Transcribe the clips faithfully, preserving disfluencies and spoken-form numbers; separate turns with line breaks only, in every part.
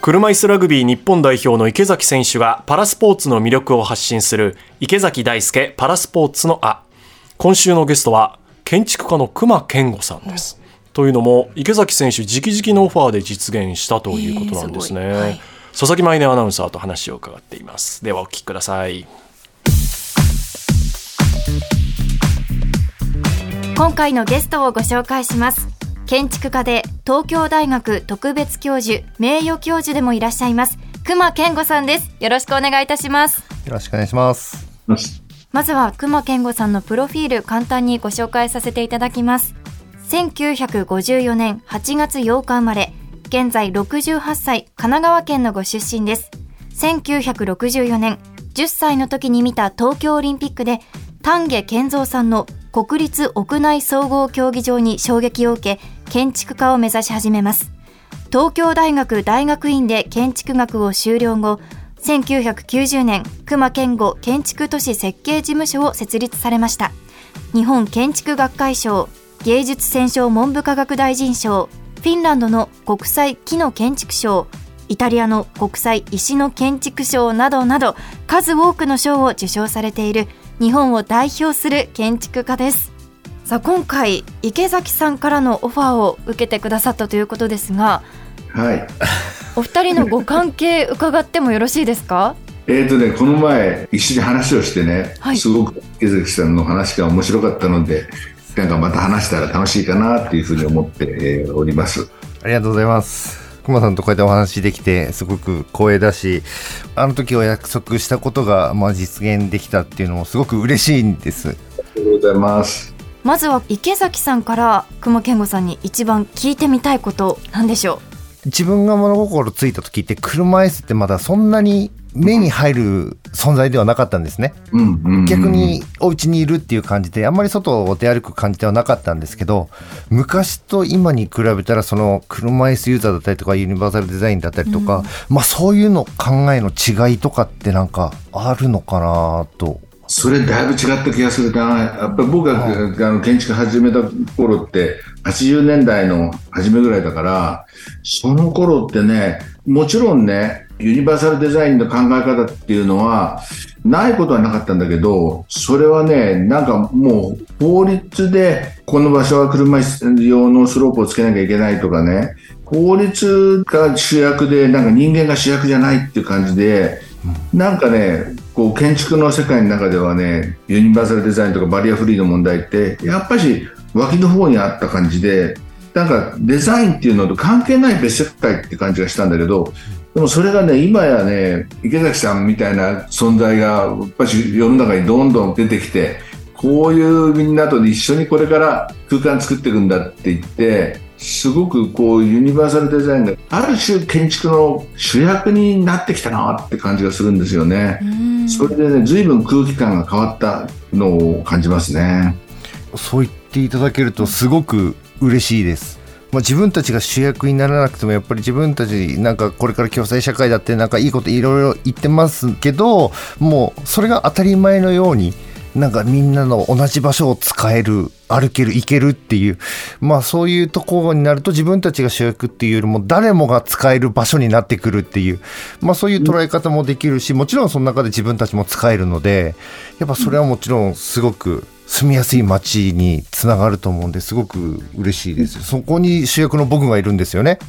車椅子ラグビー日本代表の池崎選手がパラスポーツの魅力を発信する池崎大輔パラスポーツのあ。今週のゲストは建築家の隈研吾さんです。というのも池崎選手直々のオファーで実現したということなんですね、えーすはい、佐々木舞音アナウンサーと話を伺っています。ではお聞きください。
今回のゲストをご紹介します。建築家で東京大学特別教授、名誉教授でもいらっしゃいます隈研吾さんです。よろしくお願いいたします。
よろしくお願いします。
まずは隈研吾さんのプロフィール簡単にご紹介させていただきます。せんきゅうひゃくごじゅうよねんはちがつようか生まれ、現在ろくじゅうはっさい、神奈川県のご出身です。せんきゅうひゃくろくじゅうよねんじゅっさいの時に見た東京オリンピックで丹下健三さんの国立屋内総合競技場に衝撃を受け、建築家を目指し始めます。東京大学大学院で建築学を修了後、せんきゅうひゃくきゅうじゅうねん隈研吾建築都市設計事務所を設立されました。日本建築学会賞、芸術選奨文部科学大臣賞、フィンランドの国際木の建築賞、イタリアの国際石の建築賞などなど数多くの賞を受賞されている日本を代表する建築家です。さあ、今回池崎さんからのオファーを受けてくださったということですが、
はい、
お二人のご関係伺ってもよろしいですか？
えーとね、この前一緒に話をしてね、はい、すごく池崎さんの話が面白かったので、なんかまた話したら楽しいかなっていうふうに思っております。
ありがとうございます。隈さんとこうやってお話できてすごく光栄だし、あの時お約束したことがまあ実現できたっていうのもすごく嬉しいんです。あ
りがとうございます。
まずは池崎さんから隈研吾さんに一番聞いてみたいことなんでしょ
う？自分が物心ついた時って車椅子ってまだそんなに目に入る存在ではなかったんですね、うんうんうん、逆にお家にいるっていう感じであんまり外を出歩く感じではなかったんですけど、昔と今に比べたらその車椅子ユーザーだったりとかユニバーサルデザインだったりとか、うん、まあそういうの考えの違いとかってなんかあるのかなと。
それだいぶ違った気がするな。やっぱり僕が、はい、あの建築始めた頃ってはちじゅうねんだいの初めぐらいだから、その頃ってね、もちろんねユニバーサルデザインの考え方っていうのはないことはなかったんだけど、それはね、なんかもう法律でこの場所は車椅子用のスロープをつけなきゃいけないとかね、法律が主役でなんか人間が主役じゃないっていう感じで、なんかねこう建築の世界の中ではね、ユニバーサルデザインとかバリアフリーの問題ってやっぱり脇の方にあった感じで、なんかデザインっていうのと関係ない別世界って感じがしたんだけど、でもそれがね今やね池崎さんみたいな存在がやっぱり世の中にどんどん出てきて、こういうみんなと一緒にこれから空間作っていくんだって言って、すごくこうユニバーサルデザインがある種建築の主役になってきたなって感じがするんですよね。それでね随分空気感が変わったのを感じますね。
そう言っていただけるとすごく嬉しいです。まあ、自分たちが主役にならなくてもやっぱり自分たちなんかこれから共済社会だってなんかいいこといろいろ言ってますけど、もうそれが当たり前のようになんかみんなの同じ場所を使える、歩ける、行けるっていう、まあそういうところになると自分たちが主役っていうよりも誰もが使える場所になってくるっていう、まあそういう捉え方もできるし、もちろんその中で自分たちも使えるので、やっぱそれはもちろんすごく住みやすい街につながると思うんですごく嬉しいです。そこに主役の僕がいるんですよね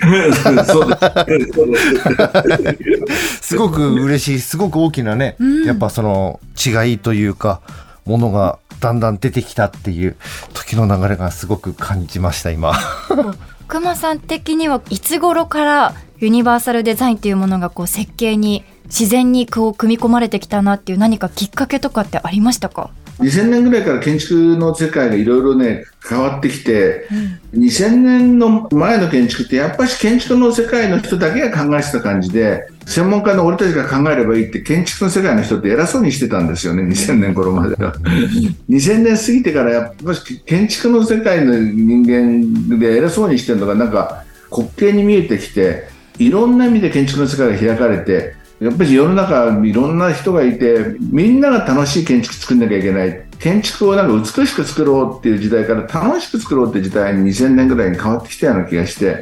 すごく嬉しい、すごく大きなね、やっぱその違いというかものがだんだん出てきたっていう時の流れがすごく感じました今
隈さん的にはいつ頃からユニバーサルデザインというものがこう設計に自然にこう組み込まれてきたなっていう何かきっかけとかってありましたか？
にせんねんぐらいから建築の世界がいろいろね変わってきて、うん、にせんねんの前の建築ってやっぱり建築の世界の人だけが考えてた感じで、専門家の俺たちが考えればいいって建築の世界の人って偉そうにしてたんですよね、にせんねん頃まではにせんねん過ぎてからやっぱり建築の世界の人間で偉そうにしてるのがなんか滑稽に見えてきて、いろんな意味で建築の世界が開かれて、やっぱり世の中いろんな人がいて、みんなが楽しい建築作んなきゃいけない、建築をなんか美しく作ろうっていう時代から楽しく作ろうっていう時代ににせんねんぐらいに変わってきたような気がして、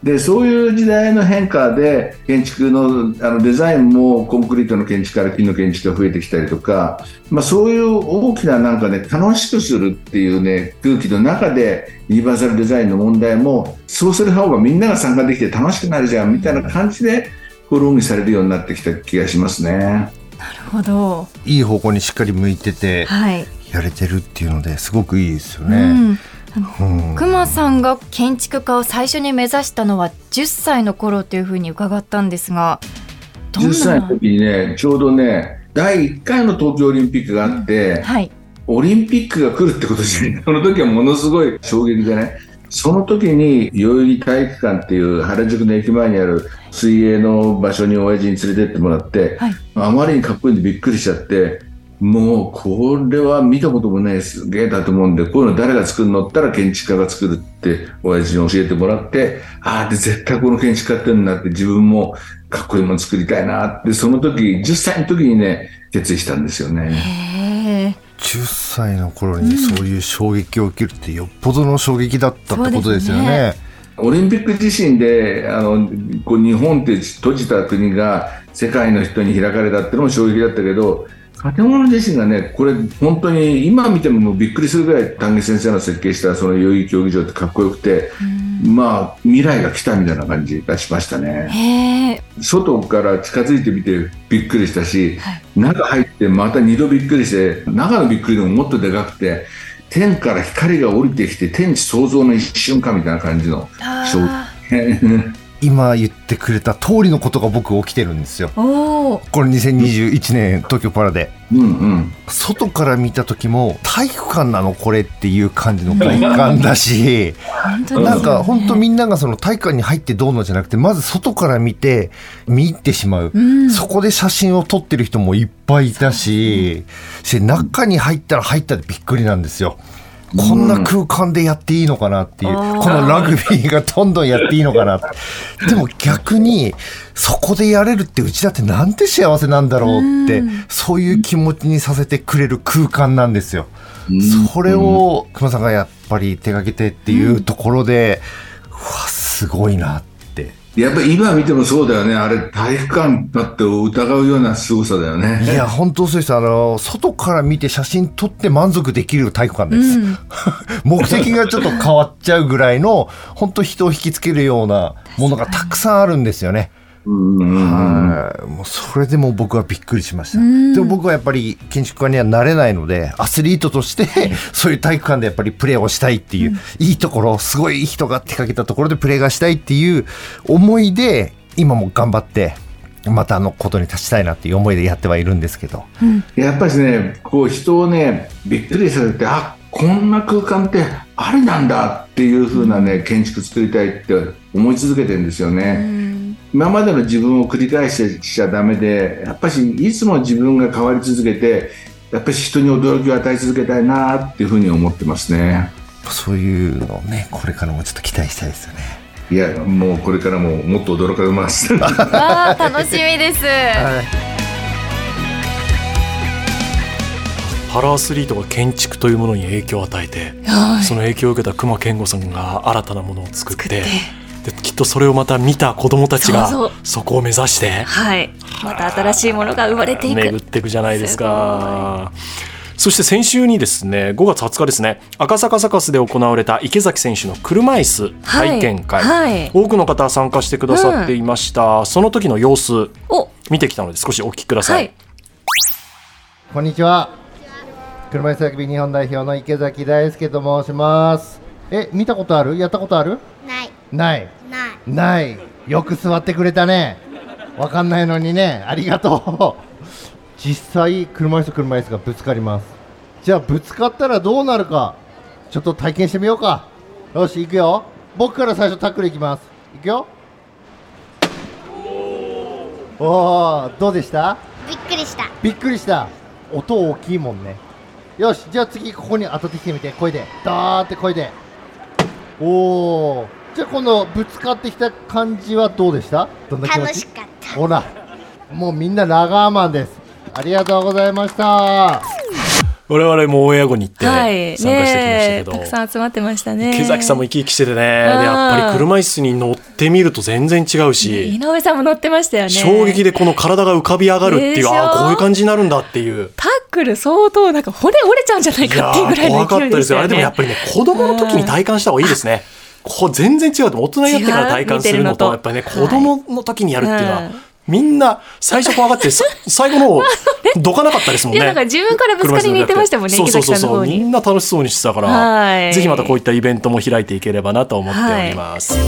でそういう時代の変化で建築 の, あのデザインもコンクリートの建築から木の建築が増えてきたりとか、まあ、そういう大きななんか、ね、楽しくするっていう、ね、空気の中でユニバーサルデザインの問題もそうする方がみんなが参加できて楽しくなるじゃんみたいな感じで論議されるようになってきた気がしますね。
なるほど。
いい方向にしっかり向いてて、はい、やれてるっていうのですごくいいですよね。うん
熊さんが建築家を最初に目指したのはじゅっさいの頃というふうに伺ったんですが、どんな
じゅっさいの時にね、ちょうどねだいいっかいの東京オリンピックがあって、うんはい、オリンピックが来るってことですね。その時はものすごい衝撃でね、その時に代々木体育館っていう原宿の駅前にある水泳の場所に親父に連れてってもらって、はい、あまりにかっこいいんでびっくりしちゃって、もうこれは見たこともないすげえだと思うんで、こういうの誰が作るのって言ったら建築家が作るって親父に教えてもらって、ああで絶対この建築家ってんだって自分もかっこいいもの作りたいなって、その時じゅっさいの時にね決意したんですよね。
へー、
じゅっさいの頃にそういう衝撃を受けるってよっぽどの衝撃だったってことですよね。
オリンピック自身であのこう日本って閉じた国が世界の人に開かれたってのも衝撃だったけど、建物自身がね、これ本当に今見てもびっくりするぐらい丹下先生の設計したその代々木競技場ってかっこよくて、まあ未来が来たみたいな感じがしましたね。
へー、
外から近づいてみてびっくりしたし、はい、中入ってまた二度びっくりして、中のびっくりでももっとでかくて、天から光が降りてきて天地創造の一瞬かみたいな感じの衝撃。
今言ってくれた通りのことが僕起きてるんですよ。これにせんにじゅういちねん東京パラで、うんうん、外から見た時も体育館なのこれっていう感じの外観だしなんか本当みんながその体育館に入ってどうのじゃなくて、まず外から見て見入ってしまう、うん、そこで写真を撮ってる人もいっぱいいたし、中に入ったら入ったでびっくりなんですよ。こんな空間でやっていいのかなっていう、うん、このラグビーがどんどんやっていいのかなでも逆にそこでやれるってうちだってなんて幸せなんだろうって、うん、そういう気持ちにさせてくれる空間なんですよ、うん、それを熊さんがやっぱり手掛けてっていうところで、うん、うわすごいなって。
やっぱり今見てもそうだよね。あれ体育館だって疑うような凄さだよね。
いや本当そうです。あの外から見て写真撮って満足できる体育館です、うん、目的がちょっと変わっちゃうぐらいの本当人を引きつけるようなものがたくさんあるんですよね。うんはいもうそれでも僕はびっくりしました。でも僕はやっぱり建築家にはなれないので、アスリートとしてそういう体育館でやっぱりプレーをしたいっていう、うん、いいところ、すごいいい人が手掛けたところでプレーがしたいっていう思いで今も頑張ってまたあのことに立ちたいなっていう思いでやってはいるんですけど、
うん、やっぱりねこう人をねびっくりさせて、あこんな空間ってありなんだっていう風なね建築作りたいって思い続けてるんですよね、うん、今までの自分を繰り返してちゃダメで、やっぱりいつも自分が変わり続けて、やっぱり人に驚きを与え続けたいなっていう風に思ってますね。
そういうのをねこれからもちょっと期待したいですよね。
いやもうこれからももっと驚かれます
あ楽しみです、はい
パラアスリートが建築というものに影響を与えて、はい、その影響を受けた熊健吾さんが新たなものを作って、できっとそれをまた見た子どもたちが そ, う そ, そこを目指して、
はい、また新しいものが生まれていく、
巡っていくじゃないですか。そして先週にですねごがつはつかですね、赤坂サカスで行われた池崎選手の車椅子体験会、はいはい、多くの方参加してくださっていました、うん、その時の様子見てきたので少しお聞きください、はい、
こんにちは。車椅子ラグビー日本代表の池崎大輔と申します。え、見たことある？やったことある？
ない
ない
ない
ない。よく座ってくれたね。わかんないのにね、ありがとう実際車椅子車椅子がぶつかります。じゃあぶつかったらどうなるかちょっと体験してみようか。よし行くよ。僕から最初タックルいきます。いくよ。おー、どうでした？
びっくりした
びっくりした。音大きいもんね。よし、じゃあ次ここに当たってきてみて。声でダーって声で。おー、じゃあ今度ぶつかってきた感じはどうでした？どんな気持ち？
楽しかった。
ほらもうみんなラガーマンです。ありがとうございました。
我々もオンエア後に行って参加してきましたけど、
はいね、たくさん集まってましたね。
池崎さんも生き生きしててね、でやっぱり車椅子に乗ってみると全然違うし、
井上さんも乗ってましたよね。
衝撃でこの体が浮かび上がるっていう、ああこういう感じになるんだっていう。
タックル相当なんか骨折れちゃうんじゃないかっていうぐらいの勢いでしたよね。
怖かったですよ。あれでもやっぱりね、子供の時に体感した方がいいですね。こう全然違うと、大人になってから体感するのと、やっぱりね、子供の時にやるっていうのは、はい、みんな最初怖がって最後のどかなかったですもんね。
いや、なんか自分からぶつかりに行ってましたもんね。
そうそうそうそう、みんな楽しそうにしてたから、はい、ぜひまたこういったイベントも開いていければなと思っております。はい、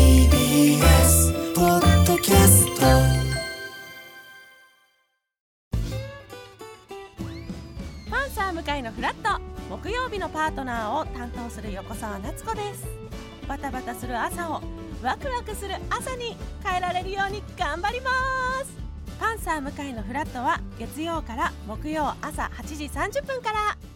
パンサー向井のフラット、木曜日のパートナーを担当する横澤夏子です。バタバタする朝をワクワクする朝に変えられるように頑張ります。パンサー向井のフラットは月曜から木曜朝はちじさんじゅっぷんから。